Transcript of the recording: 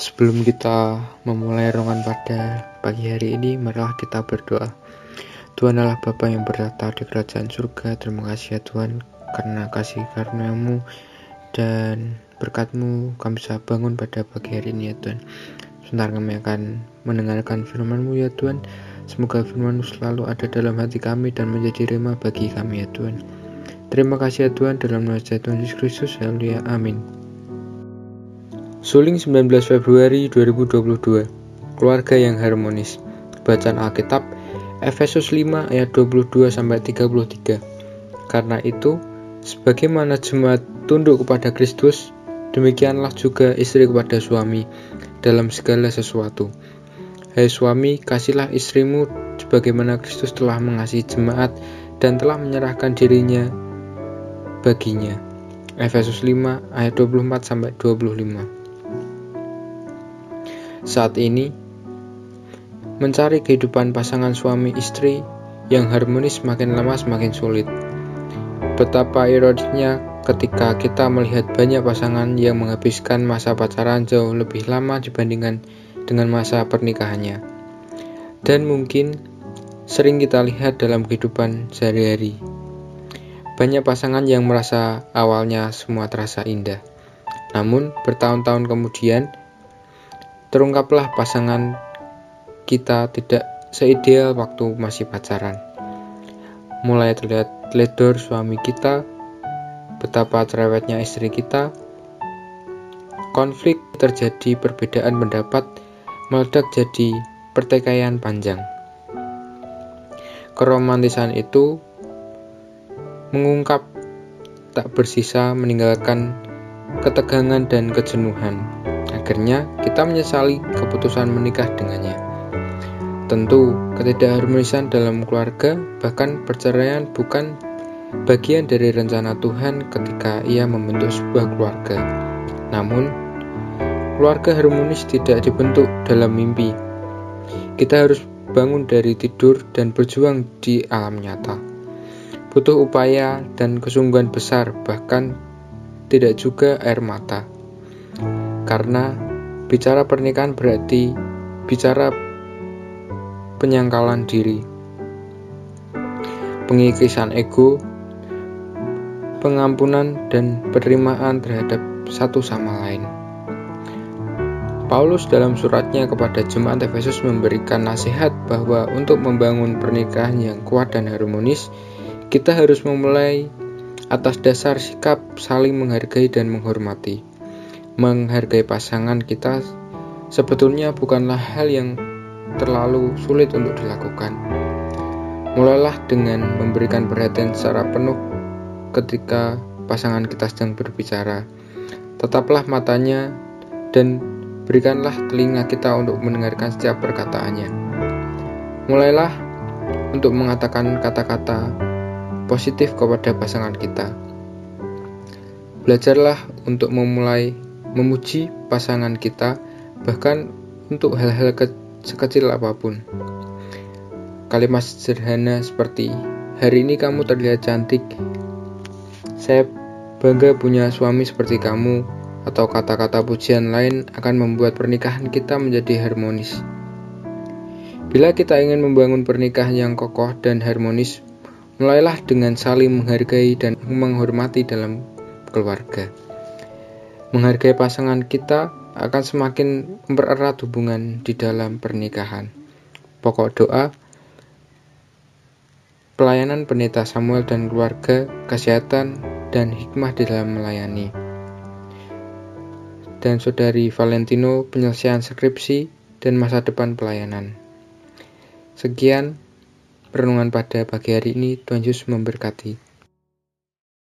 Sebelum kita memulai renungan pada pagi hari ini, marilah kita berdoa. Tuhan Allah Bapa yang bertata di kerajaan surga, terima kasih ya Tuhan, karena kasih karunia-Mu dan berkat-Mu kami bisa bangun pada pagi hari ini ya Tuhan. Sebentar kami akan mendengarkan firman-Mu ya Tuhan. Semoga firman-Mu selalu ada dalam hati kami dan menjadi rema bagi kami ya Tuhan. Terima kasih ya Tuhan, dalam nama Tuhan Yesus Kristus, haleluya, amin. Suling 19 Februari 2022. Keluarga yang harmonis. Bacaan Alkitab Efesus 5 ayat 22-33. Karena itu, sebagaimana jemaat tunduk kepada Kristus, demikianlah juga istri kepada suami dalam segala sesuatu. Hai suami, kasihlah istrimu sebagaimana Kristus telah mengasihi jemaat dan telah menyerahkan dirinya baginya. Efesus 5 ayat 24-25. Saat ini, mencari kehidupan pasangan suami istri yang harmonis makin lama semakin sulit. Betapa ironisnya ketika kita melihat banyak pasangan yang menghabiskan masa pacaran jauh lebih lama dibandingkan dengan masa pernikahannya. Dan mungkin sering kita lihat dalam kehidupan sehari-hari. Banyak pasangan yang merasa awalnya semua terasa indah. Namun, bertahun-tahun kemudian, terungkaplah pasangan kita tidak seideal waktu masih pacaran. Mulai terlihat teledor suami kita, betapa cerewetnya istri kita, konflik terjadi, perbedaan pendapat meledak jadi pertikaian panjang. Keromantisan itu mengungkap tak bersisa, meninggalkan ketegangan dan kejenuhan. Akhirnya kita menyesali keputusan menikah dengannya. Tentu ketidakharmonisan dalam keluarga, bahkan perceraian, bukan bagian dari rencana Tuhan ketika Ia membentuk sebuah keluarga. Namun, keluarga harmonis tidak dibentuk dalam mimpi. Kita harus bangun dari tidur dan berjuang di alam nyata. Butuh upaya dan kesungguhan besar, bahkan tidak juga air mata. Karena bicara pernikahan berarti bicara penyangkalan diri, pengikisan ego, pengampunan dan penerimaan terhadap satu sama lain. Paulus dalam suratnya kepada jemaat Efesus memberikan nasihat bahwa untuk membangun pernikahan yang kuat dan harmonis, kita harus memulai atas dasar sikap saling menghargai dan menghormati. Menghargai pasangan kita sebetulnya bukanlah hal yang terlalu sulit untuk dilakukan. Mulailah dengan memberikan perhatian secara penuh ketika pasangan kita sedang berbicara. Tetaplah matanya dan berikanlah telinga kita untuk mendengarkan setiap perkataannya. Mulailah untuk mengatakan kata-kata positif kepada pasangan kita. Belajarlah untuk memulai memuji pasangan kita, bahkan untuk hal-hal sekecil apapun. Kalimat sederhana seperti, hari ini kamu terlihat cantik, saya bangga punya suami seperti kamu, atau kata-kata pujian lain akan membuat pernikahan kita menjadi harmonis. Bila kita ingin membangun pernikahan yang kokoh dan harmonis, mulailah dengan saling menghargai dan menghormati dalam keluarga. Menghargai pasangan kita akan semakin mempererat hubungan di dalam pernikahan. Pokok doa, pelayanan pendeta Samuel dan keluarga, kesehatan dan hikmah di dalam melayani. Dan saudari Valentino, penyelesaian skripsi dan masa depan pelayanan. Sekian renungan pada pagi hari ini. Tuhan Yesus memberkati.